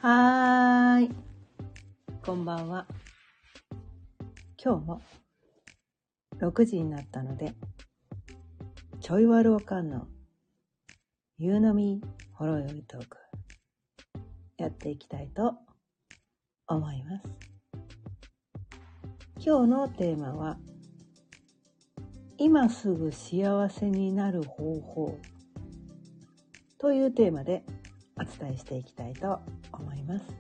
はーい、こんばんは。今日も6時になったので、ちょいわるおかんの夕飲みほろ酔いトークやっていきたいと思います。今日のテーマは、今すぐ幸せになる方法というテーマでお伝えしていきたいと思います。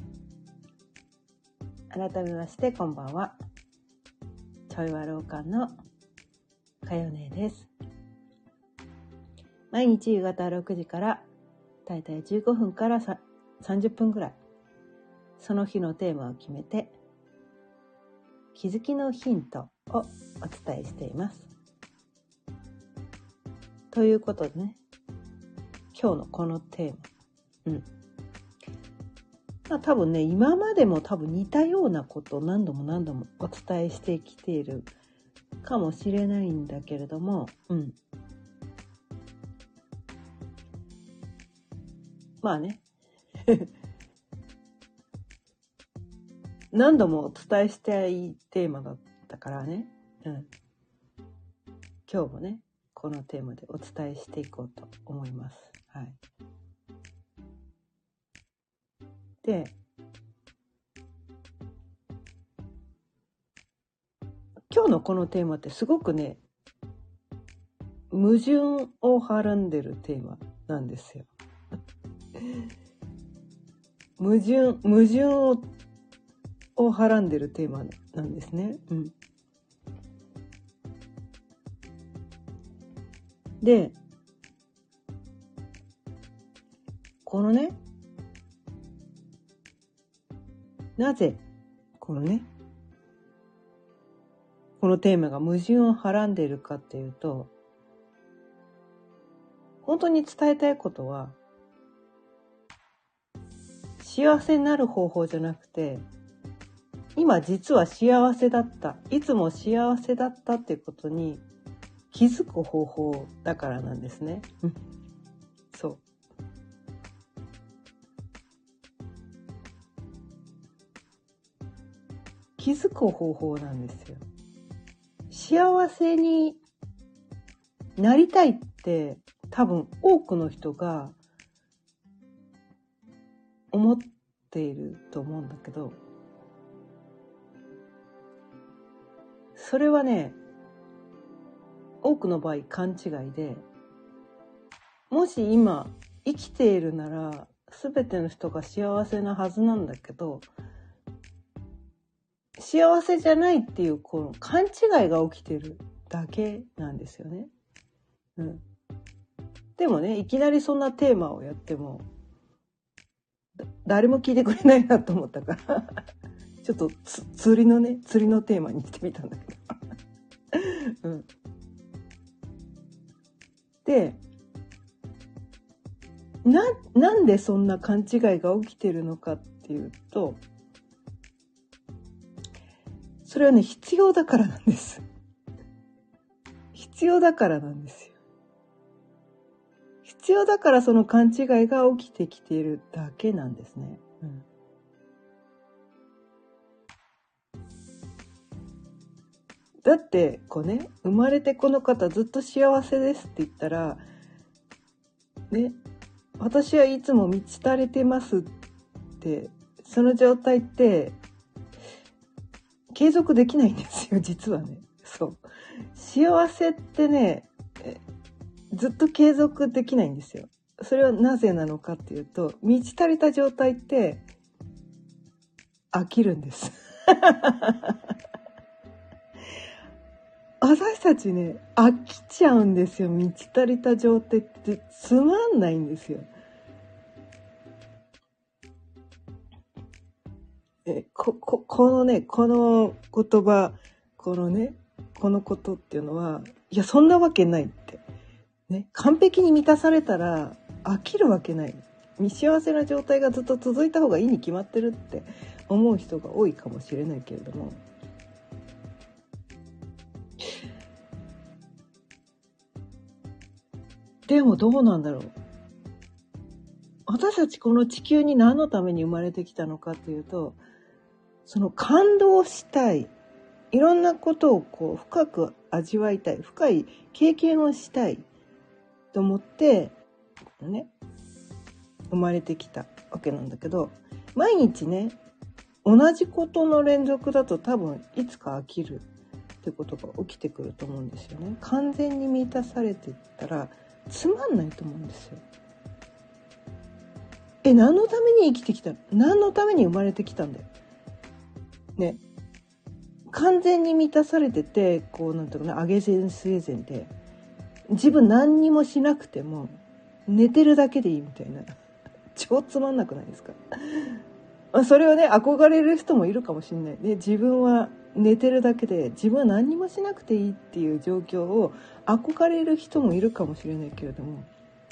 改めましてこんばんは。ちょいわるおかんのかよねです。毎日夕方6時からだいたい15分から30分ぐらい、その日のテーマを決めて気づきのヒントをお伝えしています。ということでね、今日のこのテーマ、多分ね、今までも多分似たようなことを何度もお伝えしてきているかもしれないんだけれども、まあね何度もお伝えしたいテーマだったからね、今日もねこのテーマでお伝えしていこうと思います。はい。で、今日のこのテーマってすごくね、矛盾をはらんでるテーマなんですよ。矛盾をはらんでるテーマなんですね。で、このね、なぜこのテーマが矛盾をはらんでいるかっていうと、本当に伝えたいことは、幸せになる方法じゃなくて、今実は幸せだった、いつも幸せだったっていうことに気づく方法だからなんですね。そう。気づく方法なんですよ。幸せになりたいって多分多くの人が思っていると思うんだけど、それはね、多くの場合勘違いで、もし今生きているなら全ての人が幸せなはずなんだけど、幸せじゃないっていうこの勘違いが起きてるだけなんですよね。でもね、いきなりそんなテーマをやっても誰も聞いてくれないなと思ったからちょっと釣りのテーマにしてみたんだけどで、なんでそんな勘違いが起きてるのかっていうと、それはね、必要だからなんです。必要だからなんですよ。必要だからその勘違いが起きてきているだけなんですね。だって生まれてこの方ずっと幸せですって言ったらね、私はいつも満ち足れてますって、その状態って継続できないんですよ、実はね。そう。幸せってね、ずっと継続できないんですよ。それはなぜなのかっていうと、満ち足りた状態って飽きるんです私たちね、飽きちゃうんですよ。満ち足りた状態ってつまんないんですよ。この言葉、このことっていうのは、いや、そんなわけないって。完璧に満たされたら飽きるわけない。幸せな状態がずっと続いた方がいいに決まってるって思う人が多いかもしれないけれども、でもどうなんだろう。 私たちこの地球に何のために生まれてきたのかっていうと、その感動したい、いろんなことをこう深く味わいたい、深い経験をしたいと思ってね、生まれてきたわけなんだけど、毎日ね、同じことの連続だと多分いつか飽きるってことが起きてくると思うんですよね。完全に満たされていったらつまんないと思うんですよ。何のために生きてきたの？何のために生まれてきたんだよ。ね。完全に満たされてて、こうなんていうかな、上げ膳据え膳で、自分何にもしなくても寝てるだけでいいみたいな。超つまんなくないですか？それをね、憧れる人もいるかもしれないね。自分は寝てるだけで、自分は何にもしなくていいっていう状況を憧れる人もいるかもしれないけれども、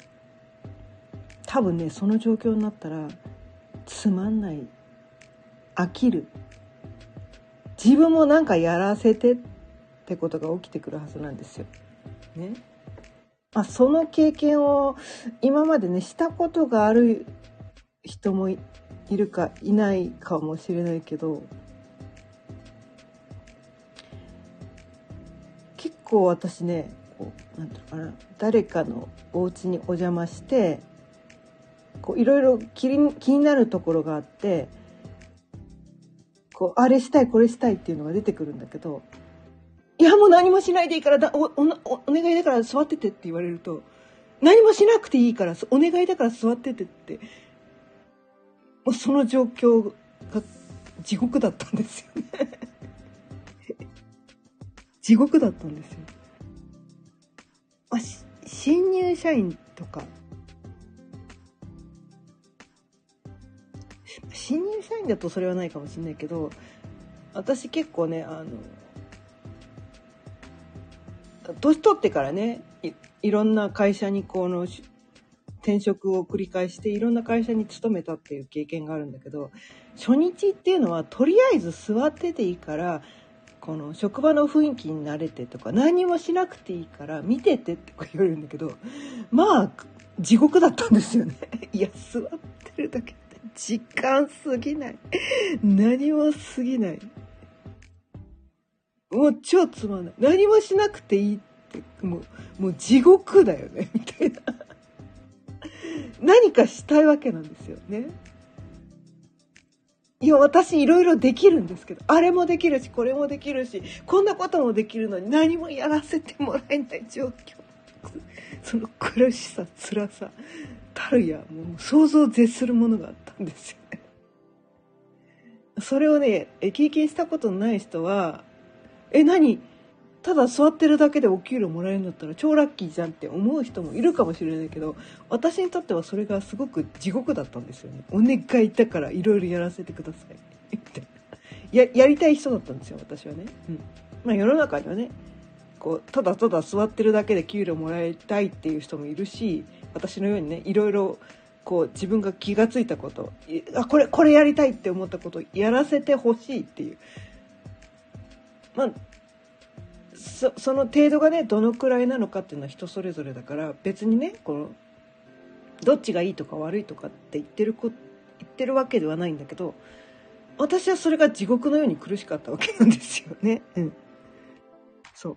多分ね、その状況になったらつまんない、飽きる、自分もなんかやらせてってことが起きてくるはずなんですよ。ね。その経験を今までね、したことがある人もいるかいないかもしれないけど、結構私ね、こうなんていうのかな、誰かのお家にお邪魔して、こういろいろ気になるところがあって、こうあれしたいこれしたいっていうのが出てくるんだけど、いやもう何もしないでいいからお願いだから座っててって言われると、何もしなくていいからお願いだから座っててって、もうその状況が地獄だったんですよね。地獄だったんですよ。新入社員とか、新入社員だとそれはないかもしれないけど、私結構ね、年取ってからね、いろんな会社に転職を繰り返していろんな会社に勤めたっていう経験があるんだけど、初日っていうのはとりあえず座ってていいから、この職場の雰囲気に慣れてとか、何もしなくていいから見ててって言われるんだけど、まあ地獄だったんですよね。いや、座ってるだけで時間過ぎない、何も過ぎない、もう超つまんない、何もしなくていいって、もう地獄だよねみたいな。何かしたいわけなんですよね。いや、私いろいろできるんですけど、あれもできるしこれもできるしこんなこともできるのに何もやらせてもらえない状況、その苦しさ辛さたるや、もう想像を絶するものがあったんですよね。それをね、経験したことのない人は、何ただ座ってるだけでお給料もらえるんだったら超ラッキーじゃんって思う人もいるかもしれないけど、私にとってはそれがすごく地獄だったんですよね。お願いだからいろいろやらせてくださいやりたい人だったんですよ、私はね。世の中にはね、こうただただ座ってるだけで給料もらいたいっていう人もいるし、私のようにね、いろいろこう自分が気がついたこと、これやりたいって思ったことをやらせてほしいっていう、その程度がね、どのくらいなのかっていうのは人それぞれだから、別にね、どっちがいいとか悪いとかって言ってるわけではないんだけど、私はそれが地獄のように苦しかったわけなんですよね。そう。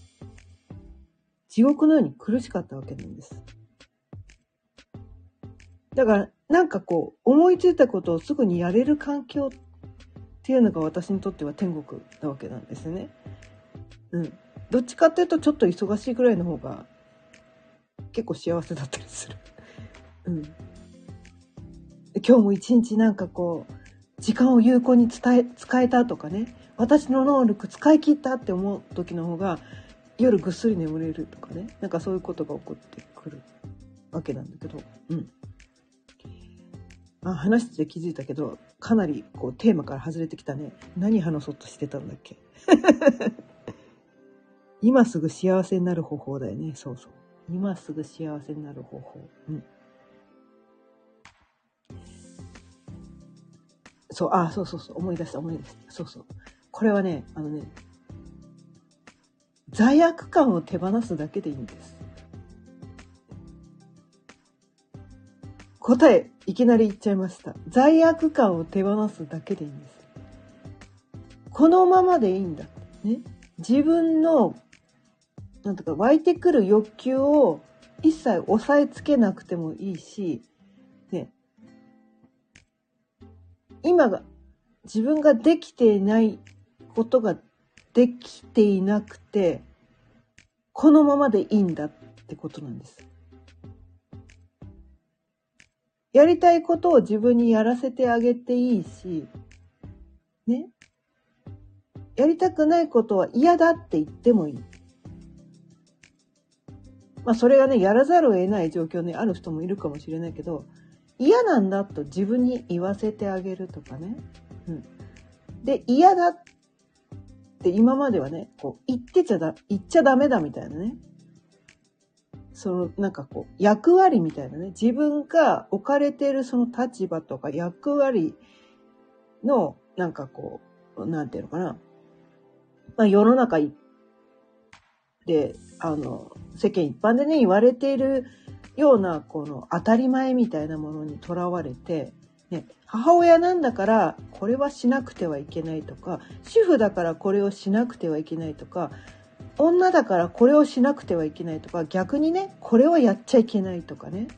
地獄のように苦しかったわけなんです。だからなんか思いついたことをすぐにやれる環境っていうのが私にとっては天国なわけなんですね。どっちかっていうとちょっと忙しいぐらいの方が結構幸せだったりする。今日も一日なんか時間を有効に使えたとかね、私の能力使い切ったって思う時の方が夜ぐっすり眠れるとかね、なんかそういうことが起こってくるわけなんだけど、話してて気づいたけど、かなりテーマから外れてきたね。何話そうとしてたんだっけ。今すぐ幸せになる方法だよね。そうそう。今すぐ幸せになる方法。そう、そう。思い出した。そうそう。これはね、罪悪感を手放すだけでいいんです。 答え、いきなり言っちゃいました。罪悪感を手放すだけでいいんです。このままでいいんだ。ね。自分の、なんとか湧いてくる欲求を一切押さえつけなくてもいいし、ね。今が、自分ができていないことができていなくて、このままでいいんだってことなんです。やりたいことを自分にやらせてあげていいし、ね。やりたくないことは嫌だって言ってもいい。まあそれがね、やらざるを得ない状況にある人もいるかもしれないけど、嫌なんだと自分に言わせてあげるとかね。うん。で、嫌だって今まではね、こう言っちゃダメだみたいなね。そのなんかこう役割みたいなね、自分が置かれているその立場とか役割のなんかこう、なんていうのかな。まあ世の中で、世間一般でね、言われているような、この当たり前みたいなものにとらわれて、ね、母親なんだからこれはしなくてはいけないとか、主婦だからこれをしなくてはいけないとか、女だからこれをしなくてはいけないとか、逆にね、これはやっちゃいけないとかね。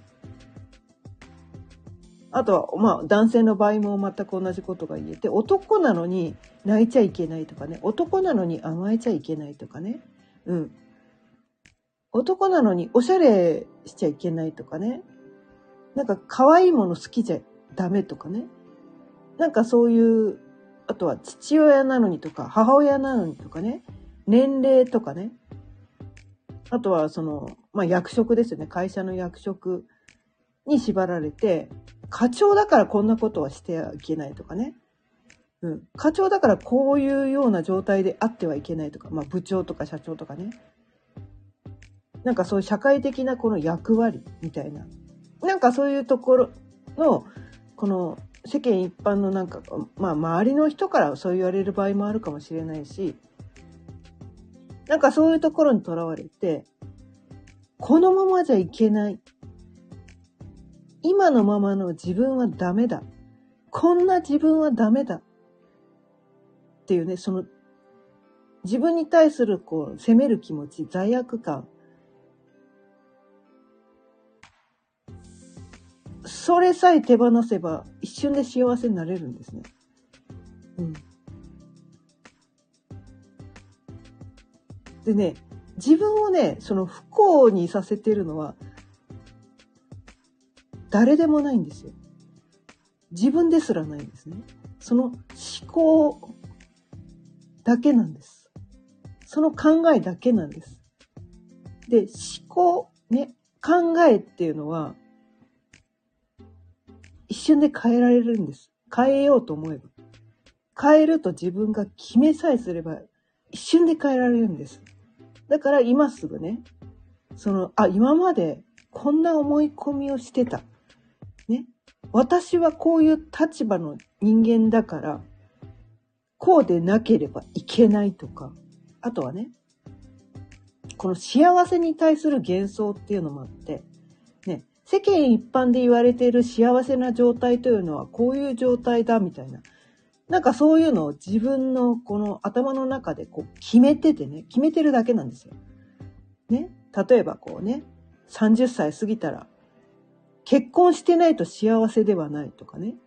あとは、まあ、男性の場合も全く同じことが言えて、男なのに泣いちゃいけないとかね、男なのに甘えちゃいけないとかね。うん。男なのにおしゃれしちゃいけないとかね。なんか可愛いもの好きじゃダメとかね。なんかそういう、あとは父親なのにとか母親なのにとかね。年齢とかね。あとはまあ役職ですよね。会社の役職に縛られて、課長だからこんなことはしてはいけないとかね。うん。課長だからこういうような状態であってはいけないとか、まあ部長とか社長とかね。なんかそういう社会的なこの役割みたいな。なんかそういうところの、この世間一般のなんか、まあ周りの人からそう言われる場合もあるかもしれないし、なんかそういうところにとらわれて、このままじゃいけない。今のままの自分はダメだ。こんな自分はダメだ。っていうね、自分に対するこう責める気持ち、罪悪感。それさえ手放せば一瞬で幸せになれるんですね。うん。でね、自分をね、不幸にさせてるのは誰でもないんですよ。自分ですらないんですね。その思考だけなんです。その考えだけなんです。で、思考、ね、考えっていうのは一瞬で変えられるんです。変えようと思えば。変えると自分が決めさえすれば一瞬で変えられるんです。だから今すぐね、今までこんな思い込みをしてた。ね。私はこういう立場の人間だから、こうでなければいけないとか、あとはね、この幸せに対する幻想っていうのもあって、ね、世間一般で言われている幸せな状態というのはこういう状態だみたいな。なんかそういうのを自分のこの頭の中でこう決めててね、決めてるだけなんですよ。ね。例えばこうね、30歳過ぎたら、結婚してないと幸せではないとかね。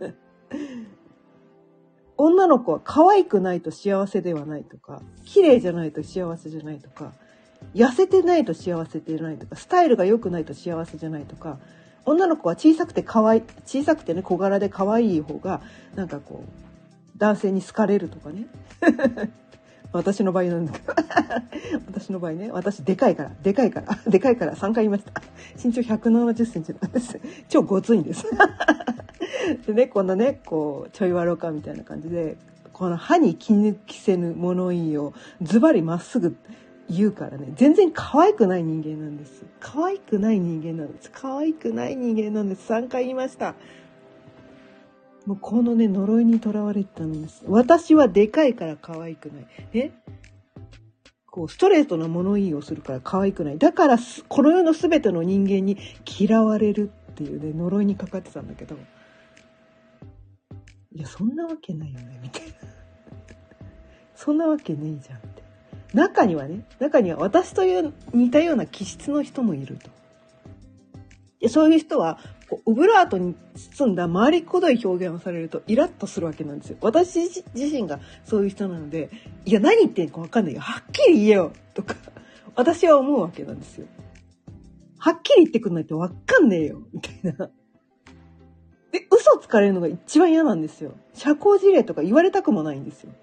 女の子は可愛くないと幸せではないとか、綺麗じゃないと幸せじゃないとか、痩せてないと幸せでないとか、スタイルが良くないと幸せじゃないとか、女の子は小さくてね、小柄で可愛い方が、なんかこう、男性に好かれるとかね。私の場合なんだけど。私の場合ね、私でかいから3回言いました。身長170センチなんです。超ごついんです。でね、こんなね、こう、ちょいわろかみたいな感じで、この歯に気せぬ物言いをズバリまっすぐ言うからね、全然可愛くない人間なんです。可愛くない人間なんです。可愛くない人間なんです。3回言いました。もうこのね、呪いにとらわれてたんです。私はでかいから可愛くない。ね。こう、ストレートな物言いをするから可愛くない。だから、この世の全ての人間に嫌われるっていうね、呪いにかかってたんだけど、いやそんなわけないよねみたいなそんなわけねえじゃんって。中には私という似たような気質の人もいると。でそういう人はこうオブラートに包んだ回りくどい表現をされるとイラッとするわけなんですよ。私自身がそういう人なので、いや何言ってんか分かんないよ、はっきり言えよとか私は思うわけなんですよ。はっきり言ってくんないと分かんねえよみたいな。で嘘つかれるのが一番嫌なんですよ。社交辞令とか言われたくもないんですよ。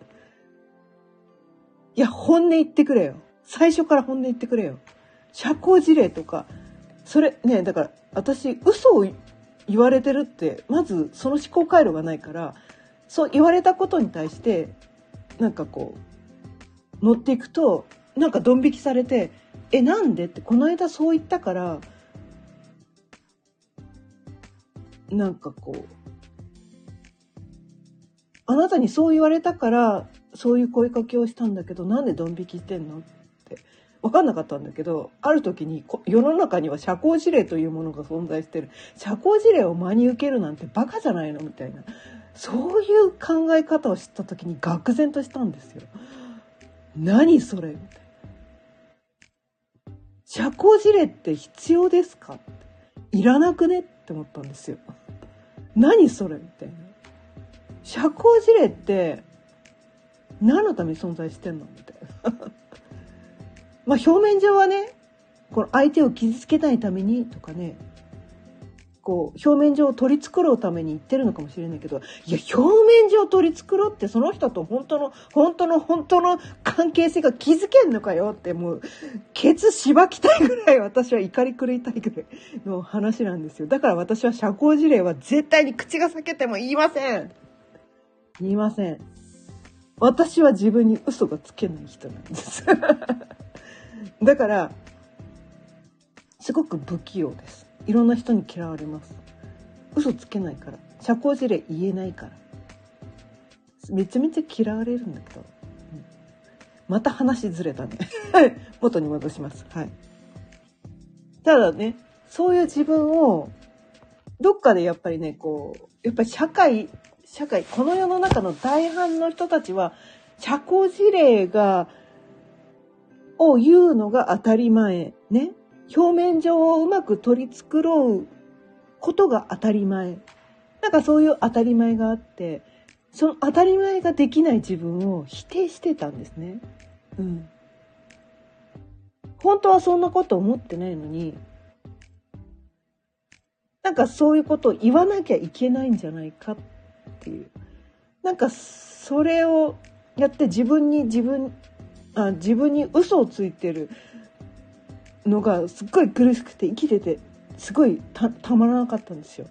いや本音言ってくれよ、最初から本音言ってくれよ。社交辞令とかそれね、だから私嘘を言われてるってまずその思考回路がないから、そう言われたことに対してなんかこう乗っていくとなんかドン引きされて、なんでって、この間そう言ったからなんかこうあなたにそう言われたからそういう声かけをしたんだけど、なんでドン引きしてんのって分かんなかったんだけど、ある時に世の中には社交辞令というものが存在してる、社交辞令を真に受けるなんてバカじゃないのみたいな、そういう考え方を知った時に愕然としたんですよ。何それみたいな。社交辞令って必要ですかって、いらなくねって思ったんですよ。何それみたいな。社交辞令って何のために存在してんのみたいなまあ表面上はね、この相手を傷つけないためにとかね、こう表面上を取り繕うために言ってるのかもしれないけど、いや表面上取り繕ってその人と本当の関係性が築けんのかよって、もうケツしばきたいぐらい私は怒り狂いたいぐらいの話なんですよ。だから私は社交辞令は絶対に口が裂けても言いません。言いません。私は自分に嘘がつけない人なんですだからすごく不器用です。いろんな人に嫌われます。嘘つけないから、社交辞令言えないから、めちゃめちゃ嫌われるんだけど、また話ずれたね元に戻します。はい。ただね、そういう自分をどっかでやっぱりね、こうやっぱり社会この世の中の大半の人たちは社交辞令を言うのが当たり前ね。表面上をうまく取り繕うことが当たり前。なんかそういう当たり前があって、その当たり前ができない自分を否定してたんですね。うん。本当はそんなこと思ってないのに、なんかそういうことを言わなきゃいけないんじゃないかっていう。なんかそれをやって自分に嘘をついてるのがすっごい苦しくて、生きててすごいたまらなかったんですよ。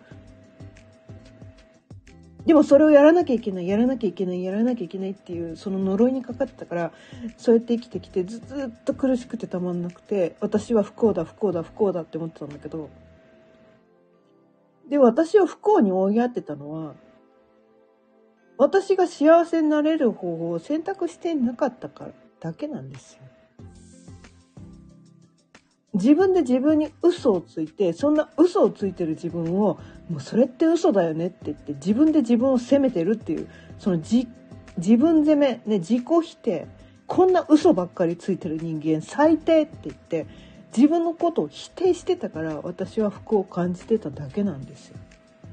でもそれをやらなきゃいけないっていうその呪いにかかってたから、そうやって生きてきてずっと苦しくてたまんなくて、私は不幸だって思ってたんだけど、で私を不幸に追いやってたのは、私が幸せになれる方法を選択してなかったからだけなんですよ。自分で自分に嘘をついて、そんな嘘をついてる自分を、もうそれって嘘だよねって言って自分で自分を責めてるっていう、その自分責め、ね、自己否定、こんな嘘ばっかりついてる人間最低って言って自分のことを否定してたから、私は不幸を感じてただけなんですよ。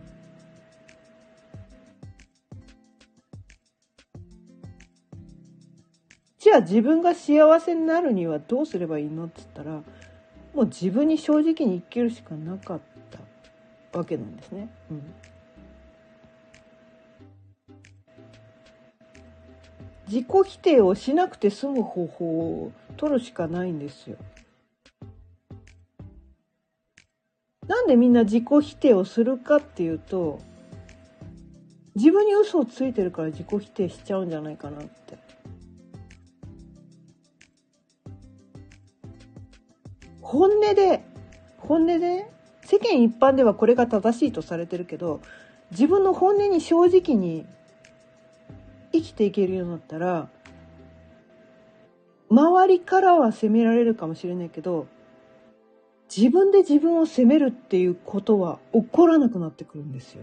じゃあ自分が幸せになるにはどうすればいいのって言ったら、もう自分に正直に生きるしかなかったわけなんですね。自己否定をしなくて済む方法を取るしかないんですよ。なんでみんな自己否定をするかっていうと、自分に嘘をついてるから自己否定しちゃうんじゃないかなって。本音でね、世間一般ではこれが正しいとされてるけど、自分の本音に正直に生きていけるようになったら、周りからは責められるかもしれないけど、 自分で自分を責めるっていうことは起こらなくなってくるんですよ。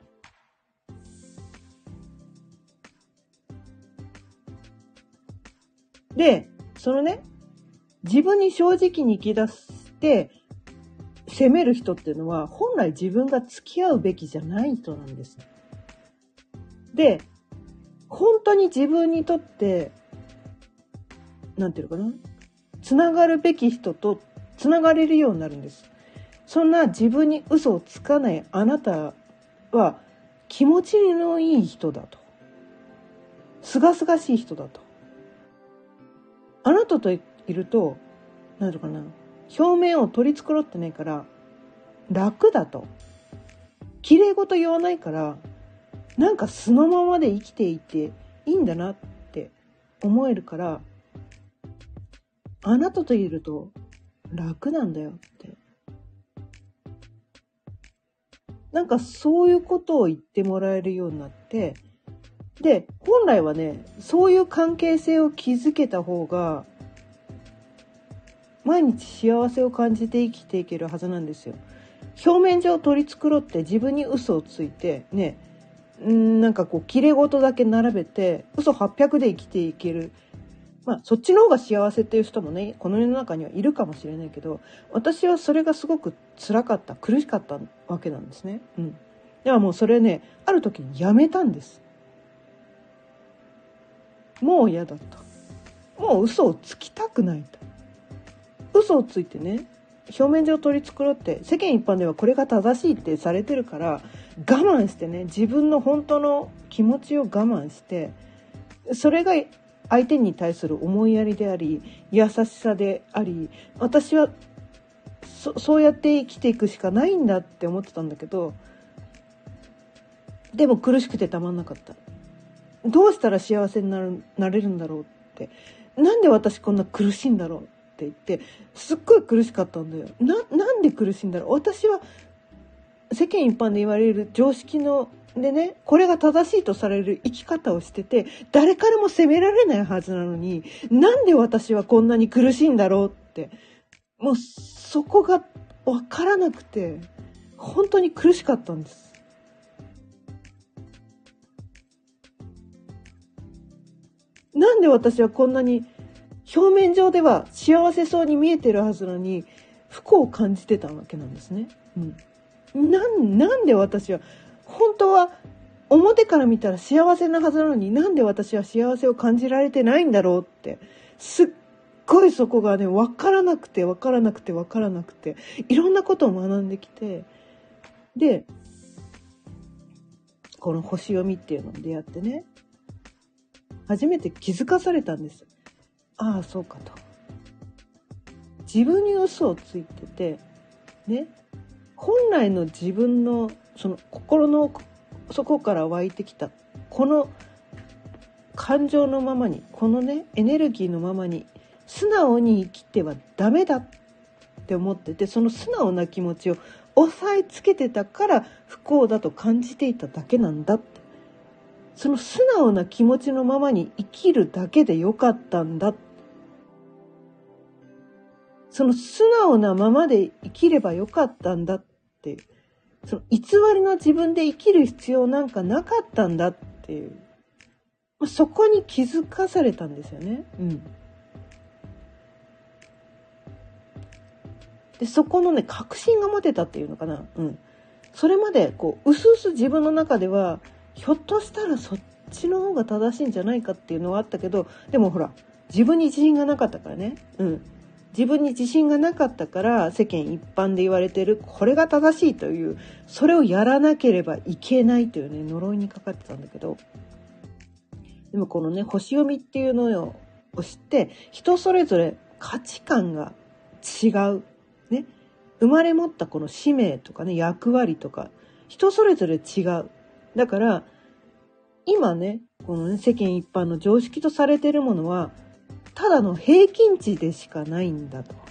で、そのね、自分に正直に生き出して責める人っていうのは本来自分が付き合うべきじゃない人なんです。で、本当に自分にとってなんていうのかな、つながるべき人とつながれるようになるんです。そんな自分に嘘をつかないあなたは気持ちのいい人だと、すがすがしい人だと。あなたといるとなんていうのかな、表面を取り繕ってないから楽だと、綺麗事言わないからなんか素のままで生きていていいんだなって思えるから、あなたといると楽なんだよって、なんかそういうことを言ってもらえるようになって、で本来はね、そういう関係性を築けた方が毎日幸せを感じて生きていけるはずなんですよ。表面上取り繕って自分に嘘をついてね、なんかこう綺麗事だけ並べて嘘800で生きていける、まあそっちの方が幸せっていう人もね、この世の中にはいるかもしれないけど、私はそれがすごく辛かった、苦しかったわけなんですね。ではもうそれね、ある時にやめたんです。もう嫌だった。もう嘘をつきたくないと。嘘をついてね、表面上取り繕って世間一般ではこれが正しいってされてるから我慢してね、自分の本当の気持ちを我慢して、それが相手に対する思いやりであり優しさであり、私はそうやって生きていくしかないんだって思ってたんだけど、でも苦しくてたまんなかった。どうしたら幸せになれるんだろうって、なんで私こんな苦しいんだろうって言ってすっごい苦しかったんだよ。なんで苦しいんだろう。私は世間一般で言われる常識のでね、これが正しいとされる生き方をしてて誰からも責められないはずなのに、なんで私はこんなに苦しいんだろうって、もうそこが分からなくて本当に苦しかったんです。なんで私はこんなに表面上では幸せそうに見えてるはずなのに不幸を感じてたわけなんですね。なんで私は本当は表から見たら幸せなはずなのに、なんで私は幸せを感じられてないんだろうって、すっごいそこがね、分からなくていろんなことを学んできて、でこの星読みっていうのに出会ってね、初めて気づかされたんです。ああそうかと、自分に嘘をついててね、本来の自分のその心の底から湧いてきたこの感情のままに、このねエネルギーのままに素直に生きてはダメだって思ってて、その素直な気持ちを抑えつけてたから不幸だと感じていただけなんだって、その素直な気持ちのままに生きるだけでよかったんだ、その素直なままで生きればよかったんだって、その偽りの自分で生きる必要なんかなかったんだっていう、そこに気づかされたんですよね。でそこのね確信が持てたっていうのかな。それまでこう薄々自分の中ではひょっとしたらそっちの方が正しいんじゃないかっていうのはあったけど、でもほら自分に自信がなかったからね。自分に自信がなかったから世間一般で言われてるこれが正しいという、それをやらなければいけないというね呪いにかかってたんだけど、でもこのね星読みっていうのを知って人それぞれ価値観が違うね、生まれ持ったこの使命とかね役割とか人それぞれ違う。だから今ねこのね世間一般の常識とされているものはただの平均値でしかないんだと。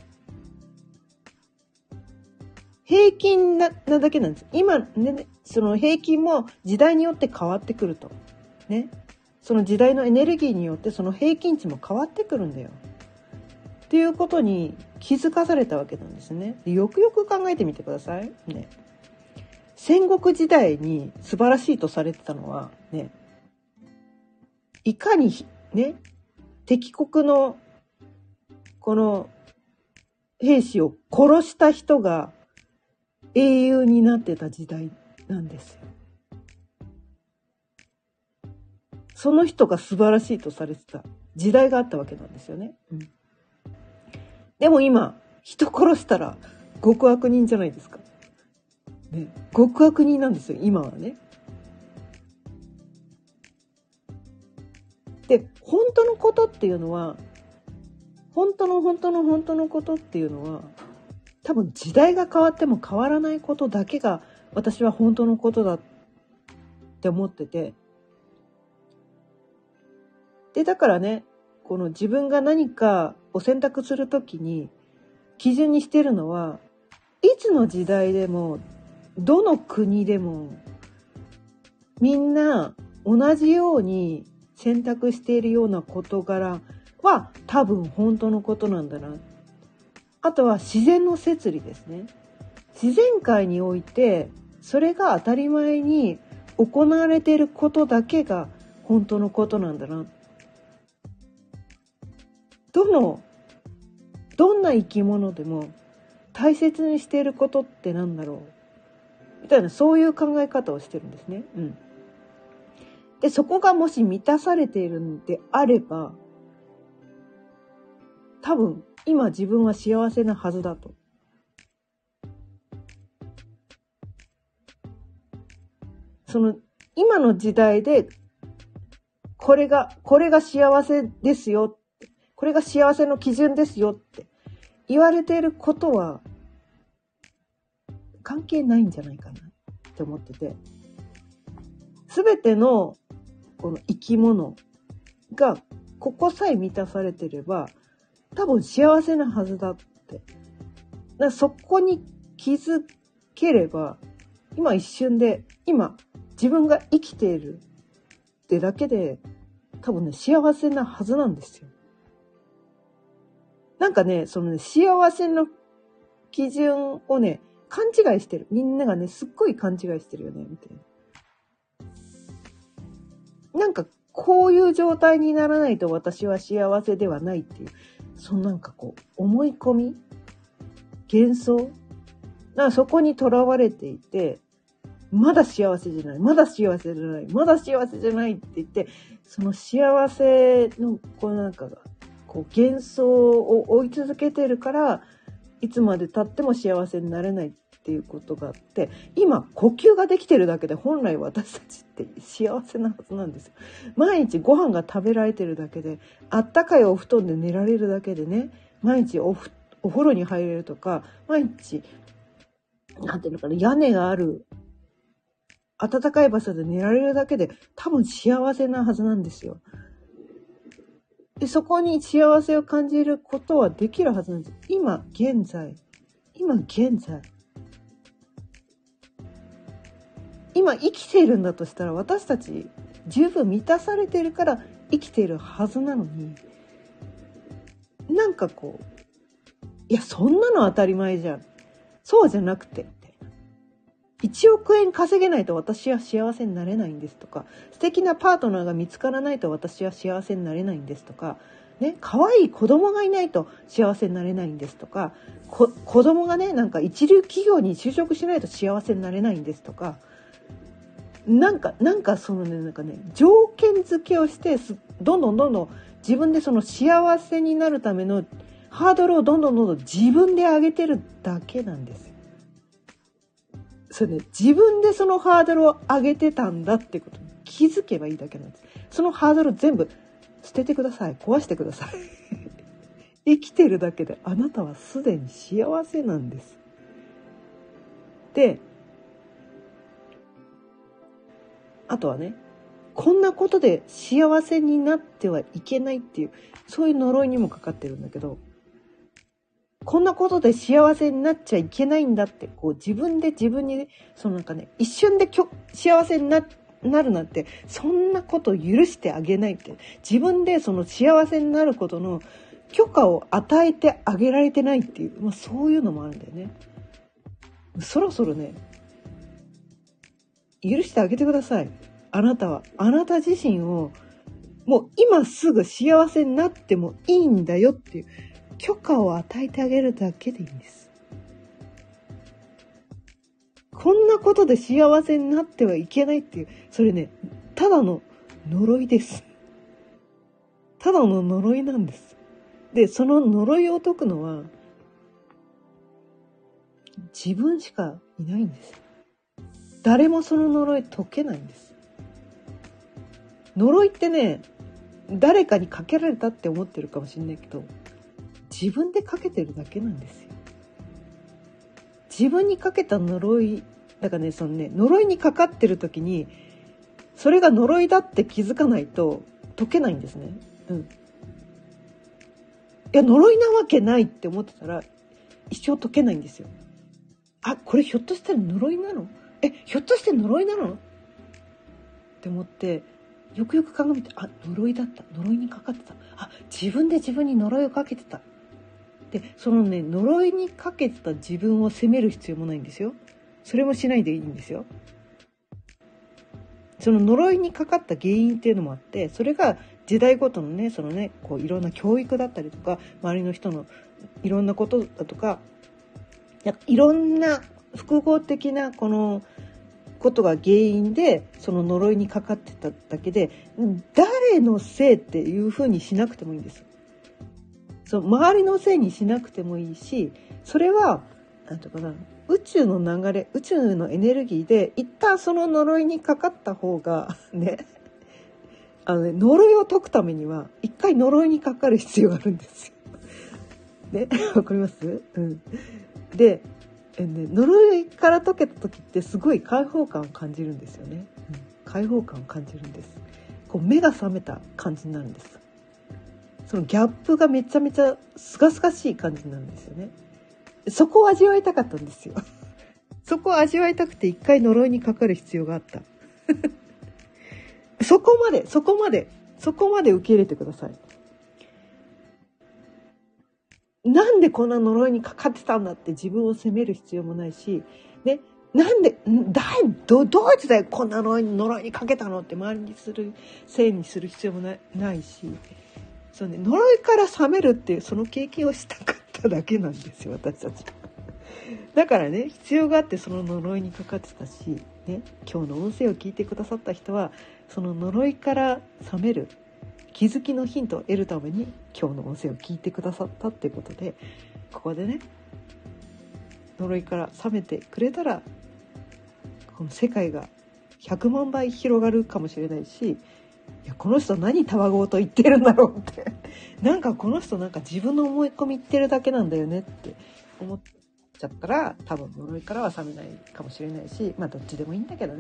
平均なだけなんです。今ね、その平均も時代によって変わってくると。ね。その時代のエネルギーによってその平均値も変わってくるんだよ。っっていうことに気づかされたわけなんですね。よくよく考えてみてくださいね。戦国時代に素晴らしいとされてたのはね、いかにね、敵国のこの兵士を殺した人が英雄になってた時代なんですよ。その人が素晴らしいとされてた時代があったわけなんですよね。でも今、人殺したら極悪人じゃないですか。ね、極悪人なんですよ、今はね。で、本当のことっていうのは、本当のことっていうのは、多分時代が変わっても変わらないことだけが私は本当のことだって思ってて。で、だからね、この自分が何かを選択するときに基準にしてるのは、いつの時代でも、どの国でも、みんな同じように選択しているような事柄は多分本当のことなんだな。あとは自然の摂理ですね。自然界においてそれが当たり前に行われていることだけが本当のことなんだな。どんな生き物でも大切にしていることってなんだろうみたいな、そういう考え方をしてるんですね。で、そこがもし満たされているんであれば、多分今自分は幸せなはずだと。その今の時代でこれが幸せですよ、これが幸せの基準ですよって言われていることは関係ないんじゃないかなって思ってて、全てのこの生き物がここさえ満たされてれば多分幸せなはずだって。だそこに気づければ、今一瞬で、今自分が生きているってだけで多分ね、幸せなはずなんですよ。なんかね、そのね、幸せの基準をね、勘違いしてる。みんながね、すっごい勘違いしてるよね、みたいな。なんか、こういう状態にならないと私は幸せではないっていう、そのなんかこう、思い込み、幻想、なんかそこにとらわれていて、まだ幸せじゃない、まだ幸せじゃない、まだ幸せじゃないって言って、その幸せのこうなんかが、こう幻想を追い続けてるから、いつまで経っても幸せになれないっていうことがあって、今呼吸ができてるだけで本来私たちって幸せなはずなんですよ。毎日ご飯が食べられてるだけで、あったかいお布団で寝られるだけでね、毎日お風呂に入れるとか、毎日なんていうのかな、屋根がある暖かい場所で寝られるだけで多分幸せなはずなんですよ。で、そこに幸せを感じることはできるはずなんです。今現在。今生きているんだとしたら、私たち十分満たされているから生きているはずなのに、なんかこう、いや、そんなの当たり前じゃん。そうじゃなくて。1億円稼げないと私は幸せになれないんですとか、素敵なパートナーが見つからないと私は幸せになれないんですとか、ね、可愛い子供がいないと幸せになれないんですとか、子供がね、なんか一流企業に就職しないと幸せになれないんですとか、なんかそのね、なんかね、条件付けをして、どんどん自分でその幸せになるためのハードルをどんどん自分で上げてるだけなんですよ。それで自分でそのハードルを上げてたんだってことに気づけばいいだけなんです。そのハードル全部捨ててください。壊してください。生きてるだけであなたはすでに幸せなんです。で、あとはね、こんなことで幸せになってはいけないっていう、そういう呪いにもかかってるんだけど、こんなことで幸せになっちゃいけないんだって、こう自分にね、そのなんかね、一瞬で幸せになるなんて、そんなこと許してあげないって、自分でその幸せになることの許可を与えてあげられてないっていう、そういうのもあるんだよね。そろそろね、許してあげてください。あなたは、あなた自身を、もう今すぐ幸せになってもいいんだよっていう許可を与えてあげるだけでいいんです。こんなことで幸せになってはいけないっていう、それね、ただの呪いです。ただの呪いなんです。で、その呪いを解くのは、自分しかいないんです。誰もその呪い解けないんです。呪いってね、誰かにかけられたって思ってるかもしれないけど、自分でかけてるだけなんですよ。自分にかけた呪い、だからね、そのね、呪いにかかってる時に、それが呪いだって気づかないと解けないんですね。いや、呪いなわけないって思ってたら、一生解けないんですよ。あ、これひょっとしたら呪いなの？ひょっとして呪いなの？って思って、よくよく鑑みて、あ、呪いだった。呪いにかかってた。あ、自分で自分に呪いをかけてた。で、そのね、呪いにかけてた自分を責める必要もないんですよ。それもしないでいいんですよ。その呪いにかかった原因っていうのもあって、それが時代ごとのね、そのね、こういろんな教育だったりとか、周りの人のいろんなことだとか、いろんな複合的なこのことが原因でその呪いにかかってただけで、誰のせいっていうふうにしなくてもいいんです。そう周りのせいにしなくてもいいし、それはなんていうかな、宇宙の流れ、宇宙のエネルギーで一旦その呪いにかかった方がね、呪いを解くためには一回呪いにかかる必要があるんですよ。ね、わかります？で、呪いから解けた時ってすごい解放感を感じるんですよね。解放感を感じるんです。こう目が覚めた感じになるんです。そのギャップがめちゃめちゃすがすがしい感じになるんですよね。そこを味わいたかったんですよ。そこを味わいたくて一回呪いにかかる必要があった。そこまで受け入れてください。なんでこんな呪いにかかってたんだって自分を責める必要もないし、ね、なんでどいつだよこんな呪いにかけたのって周りにするせいにする必要もないし、そうね、呪いから覚めるっていうその経験をしたかっただけなんですよ、私たち。だからね、必要があってその呪いにかかってたし、ね、今日の音声を聞いてくださった人はその呪いから覚める気づきのヒントを得るために今日の音声を聞いてくださったっていうことで、ここでね、呪いから覚めてくれたらこの世界が100万倍広がるかもしれないし、いやこの人何たわごと言ってるんだろうってなんかこの人なんか自分の思い込み言ってるだけなんだよねって思っちゃったら、多分呪いからは覚めないかもしれないし、どっちでもいいんだけど、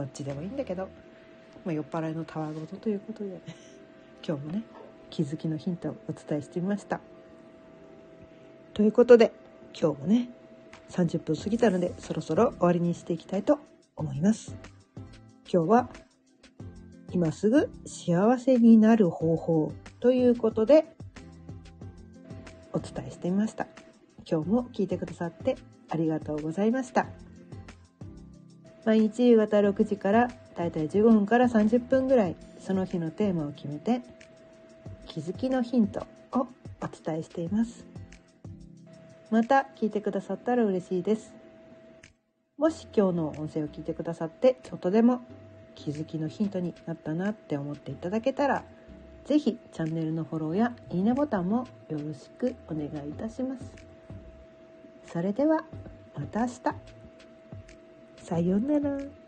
酔っ払いのたわごとということで今日もね、気づきのヒントをお伝えしてみました。ということで今日もね、30分過ぎたのでそろそろ終わりにしていきたいと思います。今日は今すぐ幸せになる方法ということでお伝えしてみました。今日も聞いてくださってありがとうございました。毎日夕方6時からだいたい15分から30分ぐらい、その日のテーマを決めて気づきのヒントをお伝えしています。また聞いてくださったら嬉しいです。もし今日の音声を聞いてくださってちょっとでも気づきのヒントになったなって思っていただけたら、ぜひチャンネルのフォローやいいねボタンもよろしくお願いいたします。それではまた明日。さようなら。